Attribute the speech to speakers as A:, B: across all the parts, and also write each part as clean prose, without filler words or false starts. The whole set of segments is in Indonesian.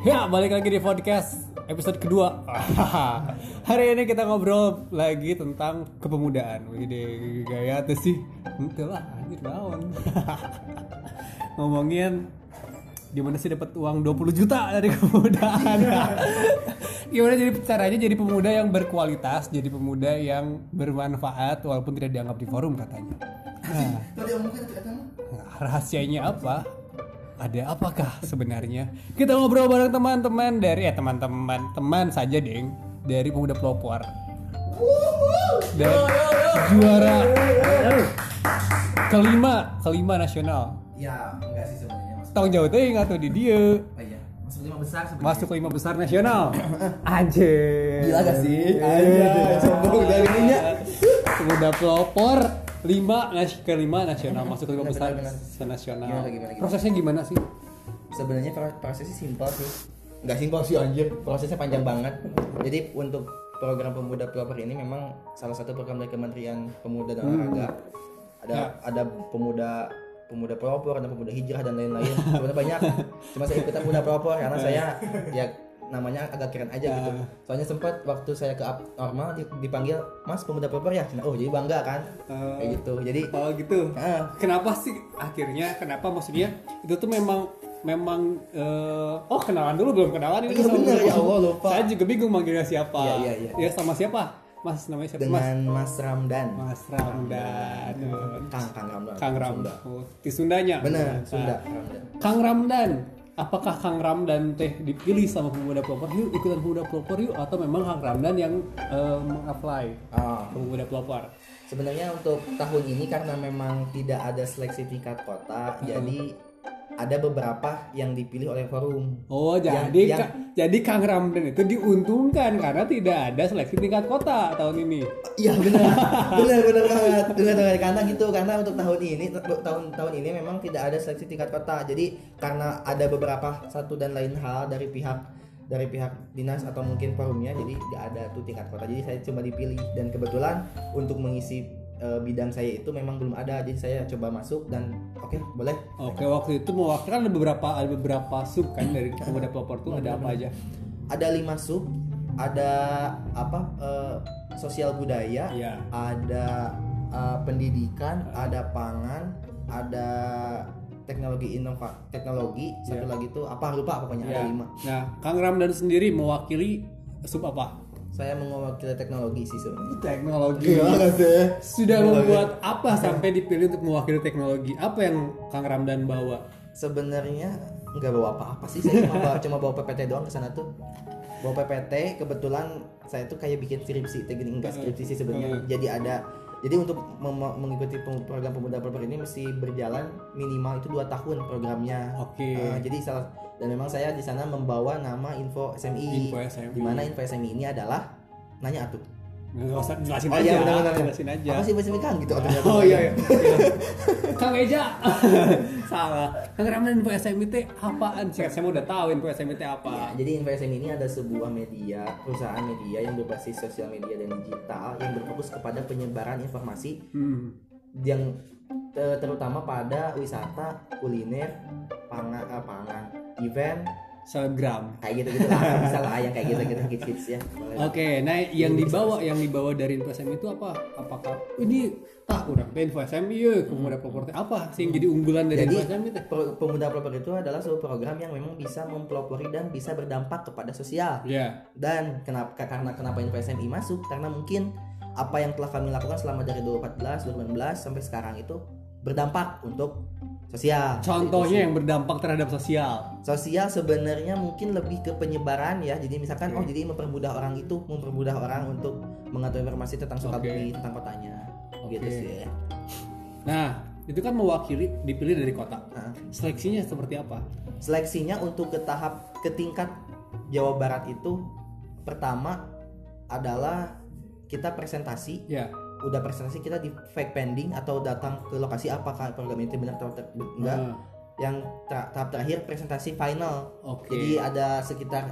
A: Ya, balik lagi di podcast episode kedua. Hari ini kita ngobrol lagi tentang kepemudaan. Wih, gaya tuh sih. Entahlah, anjir naon. Ngomongin gimana sih dapat uang 20 juta dari kepemudaan. Gimana jadi caranya jadi pemuda yang berkualitas, jadi pemuda yang bermanfaat walaupun tidak dianggap di forum katanya. Nah, rahasianya apa? Ada apakah sebenarnya? Kita ngobrol bareng teman-teman dari teman saja deng dari Pemuda Pelopor. Dan juara kelima nasional.
B: Ya, enggak sih sebenarnya.
A: Tahun jauh tuh nggak tuh di dia.
B: Oh iya, masuk 5 besar sebenarnya.
A: Masuk 5 besar nasional. Anjir.
B: Gila gak sih? Anjir, sombong dari ininya.
A: Pemuda Pelopor kelima nasional, masuk ke 5 besar
B: Benar.
A: nasional.
B: Gimana?
A: Prosesnya gimana sih?
B: Sebenarnya prosesnya simpel sih. Enggak simpel sih anjir, prosesnya panjang banget. Jadi untuk program Pemuda Pelopor ini memang salah satu program dari Kementerian Pemuda dan Olahraga. Ada pemuda pelopor, ada pemuda hijrah dan lain-lain. Sebenarnya banyak. Cuma saya ikutan pemuda pelopor karena saya ya namanya agak keren aja gitu. Soalnya sempat waktu saya ke normal dipanggil Mas Pemuda Pelopor ya. Oh, jadi bangga kan. Kayak gitu. Jadi
A: gitu. Kenapa sih akhirnya? Kenapa maksudnya? Itu tuh memang kenalan dulu, belum kenalan ini.
B: Iya benar, ya Allah lupa.
A: Saya juga bingung manggilnya siapa.
B: Iya.
A: Ya sama siapa? Mas namanya siapa?
B: Dengan Mas Ramdan.
A: Mas Ramdan.
B: Kang
A: Ramdan. Oh, di Sundanya.
B: Benar, Sunda Ramdan.
A: Kang Ramdan. Apakah Kang Ramdan teh dipilih sama Pemuda Pelopor yuk ikutan Pemuda Pelopor yuk, atau memang Kang Ramdan yang mengapply Pemuda Pelopor?
B: Sebenarnya untuk tahun ini karena memang tidak ada seleksi tingkat kota, jadi ada beberapa yang dipilih oleh forum.
A: Oh, jadi Kang Ramdan itu diuntungkan karena tidak ada seleksi tingkat kota tahun ini.
B: Iya benar banget. Benar karena gitu, karena untuk tahun ini memang tidak ada seleksi tingkat kota. Jadi karena ada beberapa satu dan lain hal dari pihak dinas atau mungkin forumnya, jadi nggak ada tuh tingkat kota. Jadi saya coba dipilih dan kebetulan untuk mengisi bidang saya itu memang belum ada, jadi saya coba masuk dan oke, boleh.
A: Oke, waktu itu mewakilkan ada beberapa sub kan dari Pemuda Pelopor tuh. Ada apa aja?
B: Ada 5 sub, ada sosial budaya,
A: ya.
B: Ada pendidikan, ada pangan, ada teknologi satu lagi tuh lupa pokoknya ada 5.
A: Nah, Kang Ramdan sendiri mewakili sub apa?
B: Saya mewakili teknologi sih sebenarnya.
A: Teknologi. Sudah membuat apa sampai dipilih untuk mewakili teknologi? Apa yang Kang Ramdan bawa?
B: Sebenarnya nggak bawa apa-apa sih, saya cuma bawa PPT doang ke sana tuh. Bawa PPT, kebetulan saya tuh kayak bikin skripsi, enggak skripsi sih sebenarnya. Jadi untuk mengikuti program Pemuda Pelopor ini mesti berjalan minimal itu 2 tahun programnya.
A: Oke.
B: Dan memang saya di sana membawa nama Info SMI. Di mana Info SMI ini adalah nanya atuh.
A: Nggak usah jelasin
B: aja.
A: Iya,
B: Benar.
A: Jelasin aja.
B: Apa sih Info SMI Kang gitu?
A: Oh iya. Kang Eja. Salah. Kang Ramdan Info SMI teh apaan sih? Saya udah tahu Info SMI teh apa.
B: Ya, jadi Info SMI ini ada sebuah perusahaan media yang berbasis sosial media dan digital yang berfokus kepada penyebaran informasi yang terutama pada wisata, kuliner, pangan, event,
A: selebgram
B: kayak gitu lah, misalnya yang kayak gitu hits ya.
A: Oke, nah yang dibawa dari Info SMI itu apa? Apakah ini udah Info SMI ya Pemuda Pelopor apa sih yang jadi unggulan dari Info SMI teh?
B: Pemuda Pelopor itu adalah sebuah program yang memang bisa mempelopori dan bisa berdampak kepada sosial. Dan kenapa Info SMI masuk? Karena mungkin apa yang telah kami lakukan selama dari 2014, 2019 sampai sekarang itu berdampak untuk sosial.
A: Contohnya yang berdampak terhadap sosial.
B: Sosial sebenarnya mungkin lebih ke penyebaran ya. Jadi misalkan jadi mempermudah orang untuk mengatur informasi tentang Sukabumi, tentang kotanya. Gitu sih ya.
A: Nah, itu kan dipilih dari kota. Seleksinya seperti apa?
B: Seleksinya untuk ke tingkat Jawa Barat itu pertama adalah kita presentasi. Udah presentasi kita di fake pending atau datang ke lokasi apakah program itu benar atau enggak. Yang tahap terakhir presentasi final. Jadi ada sekitar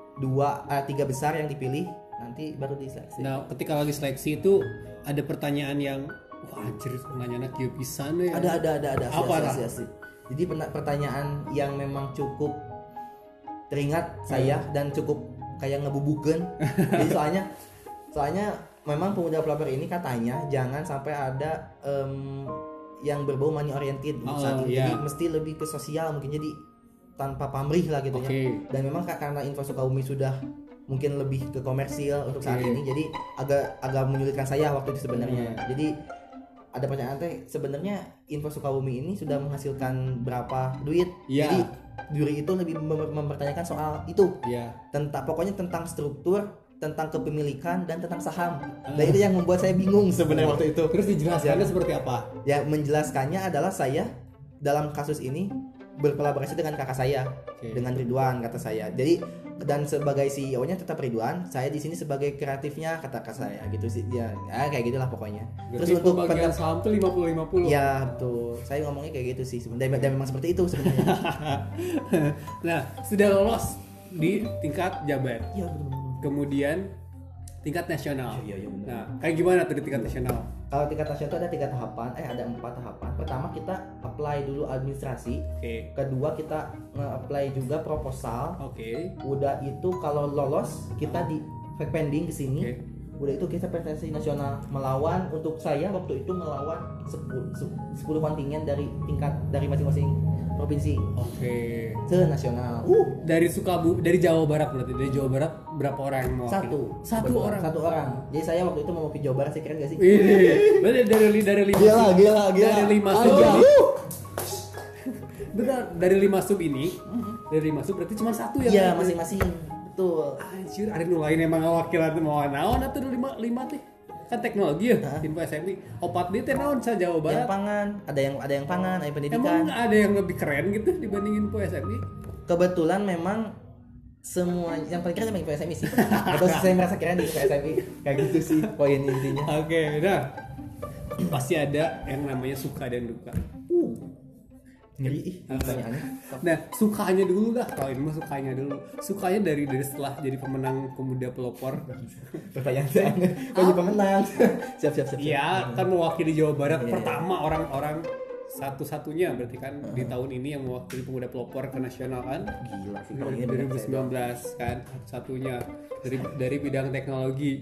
B: 3 besar yang dipilih, nanti baru diseleksi.
A: Nah, ketika lagi seleksi itu ada pertanyaan yang anjir nanya kieu pisan ya.
B: Ada.
A: Apa
B: Jadi pertanyaan yang memang cukup teringat saya dan cukup kayak ngebubukeun. Jadi soalnya memang pemuda pelopor ini katanya jangan sampai ada yang berbau money oriented saat ini. Jadi mesti lebih ke sosial mungkin, jadi tanpa pamrih lah gitu ya. Dan memang karena Info Sukabumi sudah mungkin lebih ke komersil untuk saat ini, jadi agak menyulitkan saya waktu itu sebenarnya. Jadi ada pertanyaan sebenarnya Info Sukabumi ini sudah menghasilkan berapa duit? Jadi juri itu lebih mempertanyakan soal itu. Pokoknya tentang struktur, tentang kepemilikan dan tentang saham. Dan itu yang membuat saya bingung sebenarnya waktu itu.
A: Terus dijelaskannya seperti apa?
B: Ya, menjelaskannya adalah saya dalam kasus ini berkolaborasi dengan kakak saya, dengan Ridwan kata saya. Jadi dan sebagai CEO-nya tetap Ridwan, saya di sini sebagai kreatifnya kata kakak saya gitu sih. Ya kayak gitulah pokoknya.
A: Berarti terus untuk bagian saham tuh 50-50.
B: Ya, betul. Saya ngomongnya kayak gitu sih sebenarnya. Dan memang seperti itu sebenarnya.
A: Nah, sudah lolos di tingkat Jabar.
B: Iya, betul.
A: Kemudian tingkat nasional.
B: Iya, benar.
A: Nah, kayak gimana tuh di tingkat nasional?
B: Kalau tingkat nasional itu ada 3 tahapan, ada 4 tahapan. Pertama kita apply dulu administrasi. Kedua kita nge-apply juga proposal. Udah itu kalau lolos kita di fact pending ke sini. Udah itu kita presentasi nasional melawan, untuk saya waktu itu melawan 10 kontingen dari masing-masing provinsi. Ke nasional.
A: Dari Jawa Barat berarti. Dari Jawa Barat berapa orang yang mau? Satu orang. Jadi saya waktu itu mau ke Jawa Barat, saya kira gak sih? Berarti dari 5
B: gila.
A: Dari 5 sub ini. Benar, dari 5 sub ini. Dari 5 sub berarti cuma 1 yang.
B: Iya, masing-masing. Betul.
A: Anjir, ada nu lain emang wakilan mau naon atuh 5 teh. Kan teknologi ya, Info SMI. Opat di teh naon sa Jawa Barat.
B: Yang pangan, ada yang pangan, ada yang pendidikan.
A: Emang ada yang lebih keren gitu dibandingin Info SMI?
B: Kebetulan memang semua yang paling keren memang Info SMI sih. Atau saya merasa keren di Info SMI. Kayak gitu sih poin intinya.
A: Nah. Pasti ada yang namanya suka dan duka.
B: Ngeri pertanyaannya.
A: Nah, sukanya dulu dah. Kalau ini mah sukanya dulu. Sukanya dari setelah jadi pemenang pemuda pelopor.
B: Pertanyaan saya. Jadi pemenang. Siap.
A: Iya, kan mewakili Jawa Barat pertama orang-orang satu-satunya berarti kan di tahun ini yang mewakili pemuda pelopor ke nasional kan.
B: Gila sih.
A: 2019 kan satunya dari bidang teknologi.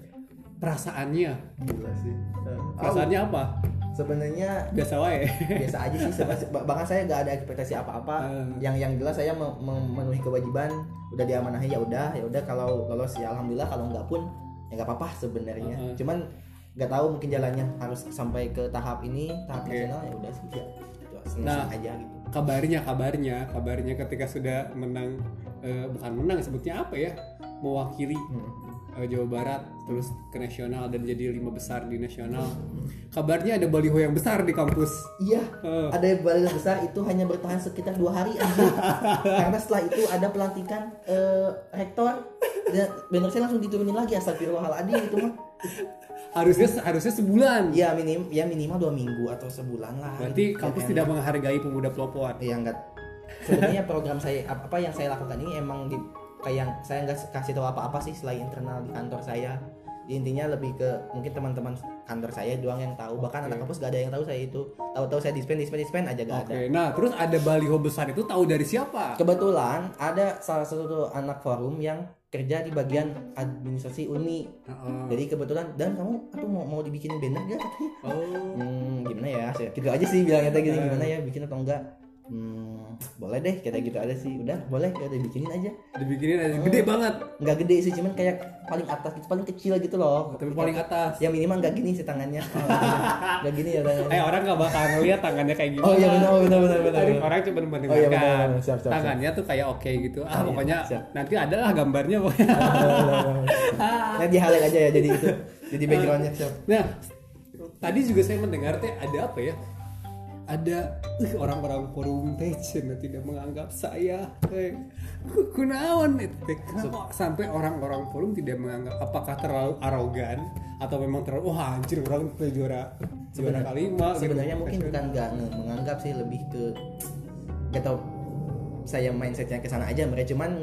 A: Perasaannya.
B: Gila sih.
A: Perasaannya apa?
B: Sebenarnya
A: biasa
B: aja sih, bahkan saya nggak ada ekspektasi apa-apa. Yang jelas saya memenuhi kewajiban, udah diamanahi ya udah kalau lolos ya alhamdulillah, kalau nggak pun ya nggak apa-apa sebenarnya. Cuman nggak tahu mungkin jalannya harus sampai ke tahap nasional, ya udah sih ya senang aja gitu. Kabarnya ketika sudah menang, bukan menang sebutnya apa ya, mewakili Jawa Barat terus ke nasional dan jadi 5 besar di nasional. Kabarnya ada baliho yang besar di kampus. Iya, ada baliho besar itu hanya bertahan sekitar 2 hari aja. Karena setelah itu ada pelantikan rektor dan bener saya langsung diturunin lagi, astagfirullahaladzim itu mah.
A: Harusnya sebulan.
B: Ya minimal 2 minggu atau sebulan lah.
A: Berarti kampus tidak menghargai pemuda pelopor.
B: Iya enggak. Sebenarnya program saya apa yang saya lakukan ini emang kayak saya nggak kasih tahu apa-apa sih selain internal di kantor saya. Intinya lebih ke mungkin teman-teman kantor saya doang yang tahu, bahkan anak kampus gak ada yang tahu saya itu. Tahu saya dispen aja gak ada.
A: Nah terus ada baliho besar itu tahu dari siapa?
B: Kebetulan ada salah satu anak forum yang kerja di bagian administrasi Uni. Jadi kebetulan, dan kamu mau dibikinin banner gak? Gimana ya? Gitu aja sih bilangnya gini, gimana ya bikin atau enggak? Boleh deh, kayak gitu ada sih. Udah boleh, udah dibikinin aja. Gede banget. Nggak gede sih, cuman kayak paling atas gitu, paling kecil gitu loh.
A: Tapi paling atas.
B: Ya minimal nggak gini sih tangannya. Nggak gini ya tangannya.
A: Orang nggak bakal ngeliat tangannya kayak gimana.
B: Oh iya benar.
A: Orang cuma mendengarkan.
B: Oh iya benar. Siap.
A: Tangannya tuh kayak oke gitu. Pokoknya nanti ada lah gambarnya pokoknya.
B: Nah di-highlight aja ya jadi itu. Jadi backgroundnya siap.
A: Nah, tadi juga saya mendengar ada apa ya? Ada orang-orang forum teh tidak menganggap saya kunaon itu. Kenapa sampai orang-orang forum tidak menganggap? Apakah terlalu arogan atau memang terlalu anjir orang juara kelima?
B: Sebenarnya mungkin bukan nggak menganggap sih, lebih ke nggak tahu saya mindsetnya ke sana aja. Mereka cuman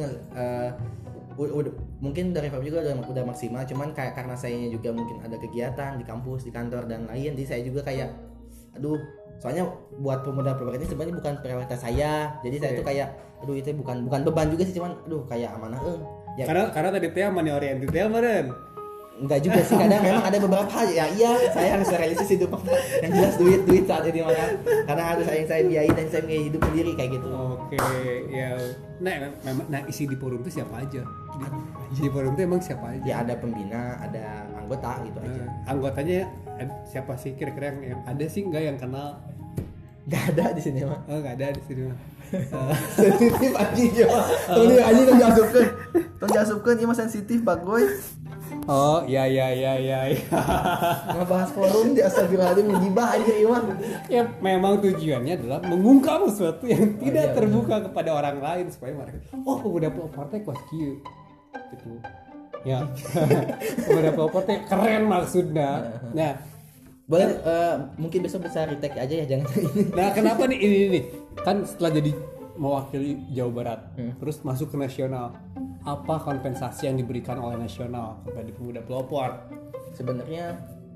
B: mungkin dari forum juga udah maksimal, cuman kayak karena sayanya juga mungkin ada kegiatan di kampus, di kantor dan lain, jadi saya juga kayak aduh Soalnya buat pemuda pelopor ini sebenarnya bukan prioritas saya. Jadi saya tuh kayak aduh itu bukan beban juga sih, cuman aduh kayak amanah
A: ya. Karena tadi teh money oriented ya meren.
B: Enggak juga sih, kadang memang ada beberapa hal ya iya saya harus realistis hidup yang jelas duit saat ini maka karena harus saya biayai dan saya biayai hidup sendiri kayak gitu.
A: Oke, ya. Nah isi di forum itu siapa aja? Di forum itu emang siapa aja?
B: Ya ada pembina, ada anggota gitu aja.
A: Anggotanya siapa sih kira-kira yang ada sih nggak yang kenal?
B: Nggak ada di sini mah.
A: Oh nggak ada di sini mah.
B: Sensitif aja mah. Tuh dia aja tong diasupkeun ieu mah sensitif bagoy.
A: Oh, iya.
B: Ngebahas forum di astagfirullahaladzim ngibah aja ieu mah.
A: Ya memang tujuannya adalah mengungkap sesuatu yang tidak terbuka kepada orang lain supaya mereka pemuda pelopor teh kuat kieu. Gitu. Ya. Pemuda pelopor teh keren maksudnya. Nah,
B: boleh mungkin besok bisa retake aja ya jangan ini.
A: Nah, kenapa nih ini kan setelah jadi mewakili Jawa Barat terus masuk ke nasional, apa kompensasi yang diberikan oleh nasional kepada pemuda pelopor?
B: Sebenarnya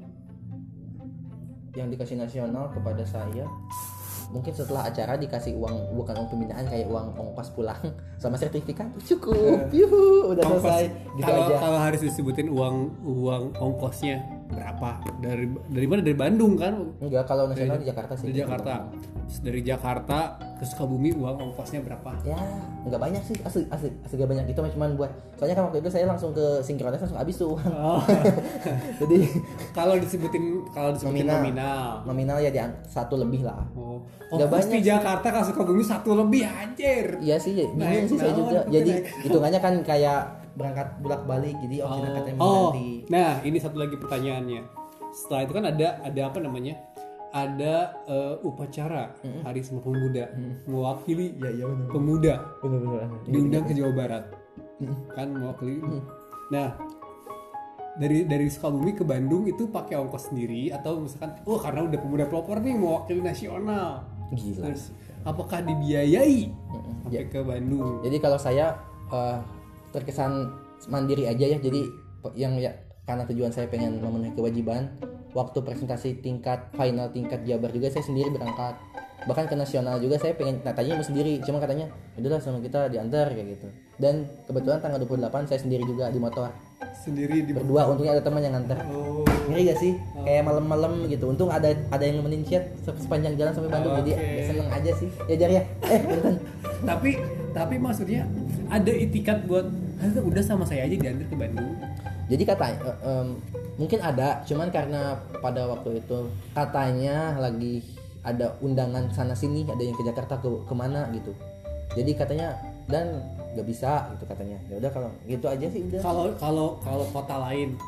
B: yang dikasih nasional kepada saya mungkin setelah acara dikasih uang, bukan uang pembinaan, kayak uang ongkos pulang sama sertifikat cukup. Yuhu, udah selesai gitu aja.
A: Kalau harus disebutin uang ongkosnya berapa? Dari mana? Dari Bandung kan?
B: Enggak, kalau nasional di Jakarta sih.
A: Di Jakarta. Dari Jakarta ke Sukabumi uang ongkosnya berapa?
B: Ya, enggak banyak sih, asli gak banyak gitu, cuman buat soalnya kan waktu itu saya langsung ke sinkronis langsung habis tuh uang.
A: Oh.
B: Jadi
A: kalau disebutin nominal
B: ya di satu lebih lah.
A: Enggak banyak. Di Jakarta ke Sukabumi satu lebih anjir.
B: Iya sih, bingung sih saya juga. Jadi hitungannya kan kayak berangkat bolak-balik, jadi kita ganti.
A: Nah, ini satu lagi pertanyaannya. Setelah itu kan ada apa namanya? Ada upacara Hari Sumpah Pemuda mewakili pemuda.
B: Benar.
A: Diundang ke Jawa Barat. Kan mewakili. Nah, dari Sukabumi ke Bandung itu pakai ongkos sendiri atau misalkan karena udah pemuda pelopor nih mewakili nasional.
B: Gila.
A: Terus apakah dibiayai sampai ke Bandung?
B: Jadi kalau saya terkesan mandiri aja ya. Jadi yang karena tujuan saya pengen memenuhi kewajiban, waktu presentasi final tingkat Jabar juga saya sendiri berangkat. Bahkan ke nasional juga saya pengen, tadinya mau sendiri, cuma katanya udahlah sama kita diantar kayak gitu. Dan kebetulan tanggal 28 saya sendiri juga di motor.
A: Sendiri
B: berdua, untungnya ada teman yang nganter. Ngeri gak sih? Kayak malam-malam gitu. Untung ada yang nemenin chat sepanjang jalan sampai Bandung. Jadi seneng aja sih. Ya Jar ya. Punten.
A: Tapi maksudnya ada itikat buat udah sama saya aja diantar ke Bandung.
B: Jadi katanya mungkin ada, cuman karena pada waktu itu katanya lagi ada undangan sana sini, ada yang ke Jakarta kemana gitu. Jadi katanya dan nggak bisa gitu katanya. Ya udah kalau gitu aja sih udah.
A: Kalau kota lain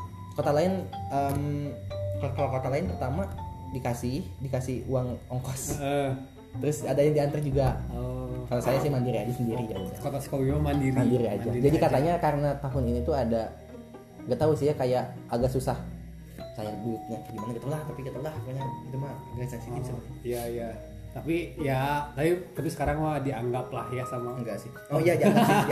B: kalau kota lain pertama dikasih uang ongkos. Terus ada yang diantar juga. Kalau saya sih mandiri aja sendiri ya udah.
A: Kota Sukabumi mandiri
B: aja. Jadi katanya karena tahun ini tuh ada, nggak tahu sih ya, kayak agak susah sayang duitnya gimana gitu lah, tapi pokoknya itu mah agak sensitif sebenarnya.
A: Iya. Tapi sekarang mah dianggap lah ya sama.
B: Enggak sih. Oh iya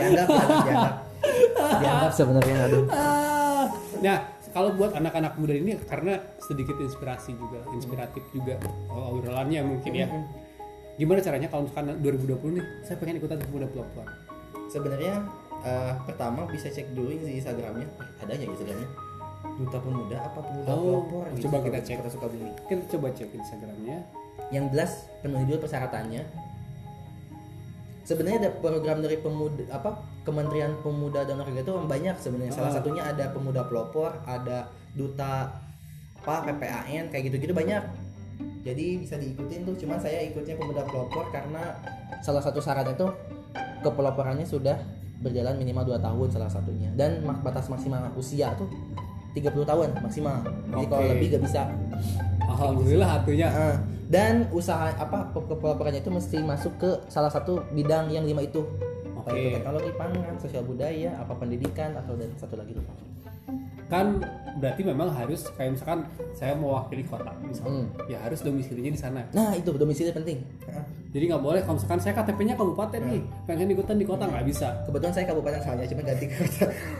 B: dianggap sebenarnya. Aduh.
A: Nah, kalau buat anak-anak muda ini karena sedikit inspiratif juga obrolannya mungkin ya. Gimana caranya kalau misalkan 2020 nih saya pengen ikutan pemuda pelopor?
B: Sebenarnya pertama bisa cek dulu di Instagramnya, adanya Instagramnya Duta Pemuda apa Pemuda Pelopor gitu.
A: Coba kita cek.
B: Kota Sukabumi.
A: Kita coba cek Instagramnya.
B: Yang jelas penuhi dulu persyaratannya. Sebenarnya ada program dari Kementerian Pemuda dan Olahraga itu banyak sebenarnya. Salah satunya ada Pemuda Pelopor, ada Duta PPAN kayak gitu-gitu banyak. Jadi bisa diikutin tuh. Cuman saya ikutnya Pemuda Pelopor karena salah satu syaratnya tuh kepeloporannya sudah berjalan minimal 2 tahun salah satunya. Dan batas maksimal usia tuh 30 tahun maksimal. Jadi kalau lebih gak bisa.
A: Alhamdulillah atunya.
B: Dan usaha kepeloporannya itu mesti masuk ke salah satu bidang yang 5 itu. Entah itu teknologi pangan, sosial budaya, apa pendidikan, atau dan satu lagi lupa.
A: Kan berarti memang harus kayak misalkan saya mewakili kota misalnya. Ya harus domisilinya di sana.
B: Nah, itu domisili penting.
A: Jadi nggak boleh kalau misalkan saya KTP-nya kabupaten nih, pengen ikutan di kota nggak bisa.
B: Kebetulan saya kabupaten soalnya, cuma ganti ke kota.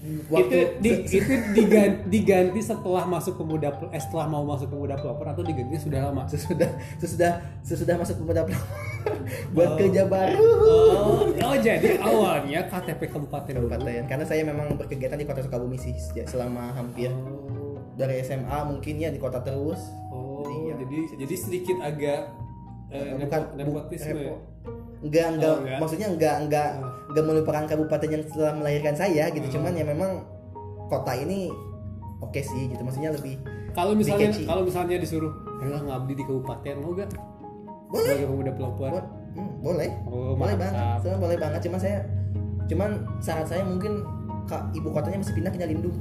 A: diganti setelah masuk setelah mau masuk pemuda pelopor atau diganti sudah lama?
B: Sesudah masuk pemuda pelopor buat kerja baru.
A: Jadi awalnya KTP kabupaten.
B: Karena saya memang berkegiatan di Kota Sukabumi sih selama hampir dari SMA mungkin ya di kota terus.
A: Jadi sedikit agak nepotisme.
B: Enggak. Maksudnya enggak melupakan kabupaten yang telah melahirkan saya gitu. Cuman ya memang kota ini oke sih gitu. Maksudnya lebih
A: kalau misalnya disuruh ngabdi di kabupaten mau gak? Boleh. Sebagai pemuda pelopor.
B: Boleh. Boleh banget. Boleh banget. Cuman syarat saya mungkin ibu kotanya mesti pindah ke Nyalindung.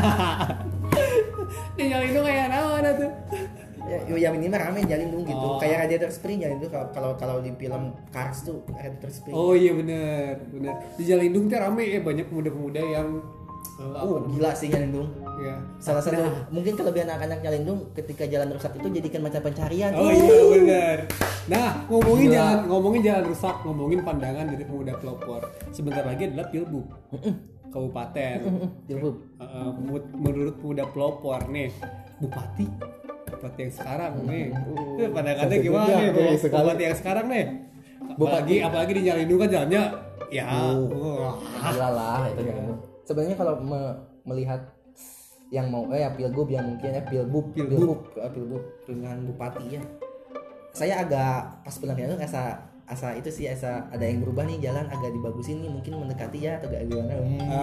A: Di Nyalindung kayak mana tuh?
B: Ya minimal rame Nyalindung gitu. Kayak Radiator Spring Nyalindung kalau di film Cars tuh Radiator Spring.
A: Oh iya benar. Di Nyalindung tuh rame ya, banyak pemuda-pemuda yang
B: gila sih Nyalindung.
A: Ya.
B: Salah satu mungkin kelebihan anak-anak Nyalindung ketika jalan rusak itu jadikan mata pencarian.
A: Oh iya benar. Nah, ngomongin jalan rusak, ngomongin pandangan dari pemuda pelopor. Sebentar lagi adalah Pilbub. Kabupaten.
B: Pilbub.
A: Menurut pemuda pelopor nih, Bupati yang sekarang nih. Pandangannya gimana nih, Bupati yang sekarang nih? Apalagi di Nyalindung kan jalannya
B: gila lah itu kan. Sebenarnya kalau melihat yang mau Pilgub yang mungkin ya Pilbub pemilihan bupati ya. Saya agak pas penilaian itu asa itu sih ada yang berubah nih, jalan agak dibagusin nih, mungkin mendekati ya atau agak gimana.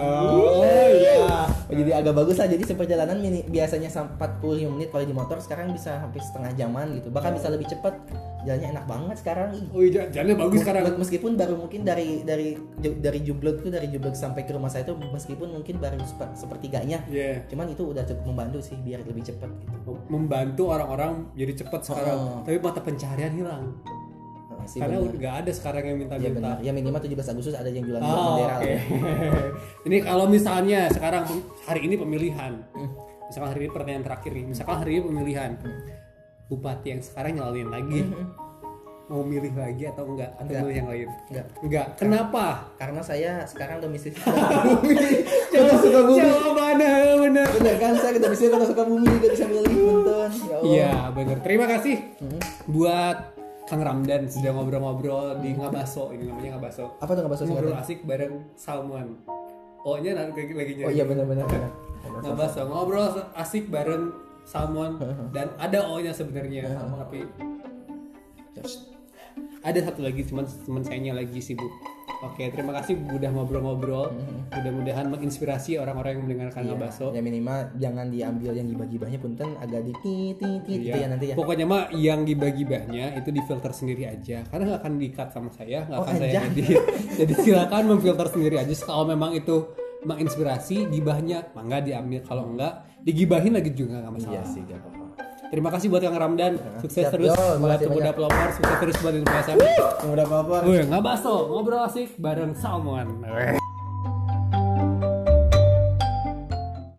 B: Jadi agak bagus lah. Jadi seperjalanan biasanya 45 menit kalau di motor sekarang bisa hampir setengah jaman gitu. Bahkan bisa lebih cepat. Jalannya enak banget sekarang.
A: Jalannya bagus sekarang.
B: Meskipun baru mungkin dari Jublek sampai ke rumah saya itu meskipun mungkin baru sepertiganya. Cuman itu udah cukup membantu sih biar lebih cepat gitu.
A: Membantu orang-orang jadi cepat sekarang. Tapi mata pencarian hilang. Karena udah nggak ada sekarang yang minta-minta.
B: Ya minimal 17 Agustus ada yang jualan bendera.
A: Ini kalau misalnya sekarang hari ini pemilihan. Misalkan hari ini pertanyaan terakhir nih. Misalkan hari ini pemilihan. Bupati yang sekarang nyalonin lagi. Mau milih lagi atau enggak? Atau milih yang lain? Enggak. Kenapa?
B: Karena saya sekarang domisili
A: Kota Sukabumi. Jawabannya benar.
B: Benar kan, saya domisili Kota Sukabumi, enggak bisa milih punten. Ya Allah.
A: Iya, benar. Terima kasih buat Kang Ramdan sudah ngobrol-ngobrol di Ngabaso. Ini namanya Ngabaso.
B: Apa tuh Ngabaso?
A: Ngobrol asik bareng Salmon. O-nya lagi nyari.
B: Oh iya benar.
A: Ngabaso. Ngobrol asik bareng Salmon dan ada O-nya sebenarnya. Tapi ada satu lagi teman sayanya lagi sibuk. Oke, terima kasih udah ngobrol-ngobrol. Mudah-mudahan menginspirasi orang-orang yang mendengarkan Ngabaso.
B: Ya minimal jangan diambil yang gibah-gibahnya punten agak gitu ya nanti ya.
A: Pokoknya mah yang gibah-gibahnya itu difilter sendiri aja. Karena nggak akan di-cut sama saya, nggak akan saya edit. Jadi silakan memfilter sendiri aja. Kalau memang itu menginspirasi, gibahnya mangga diambil. Kalau enggak, digibahin lagi juga nggak masalah.
B: Iya sih, nggak apa-apa.
A: Terima kasih buat Kang Ramdan. Sukses terus buat pemuda pelopor, sukses terus buat Indonesia.
B: Pemuda pelopor.
A: Ngabaso, ngobrol asik bareng Salmon.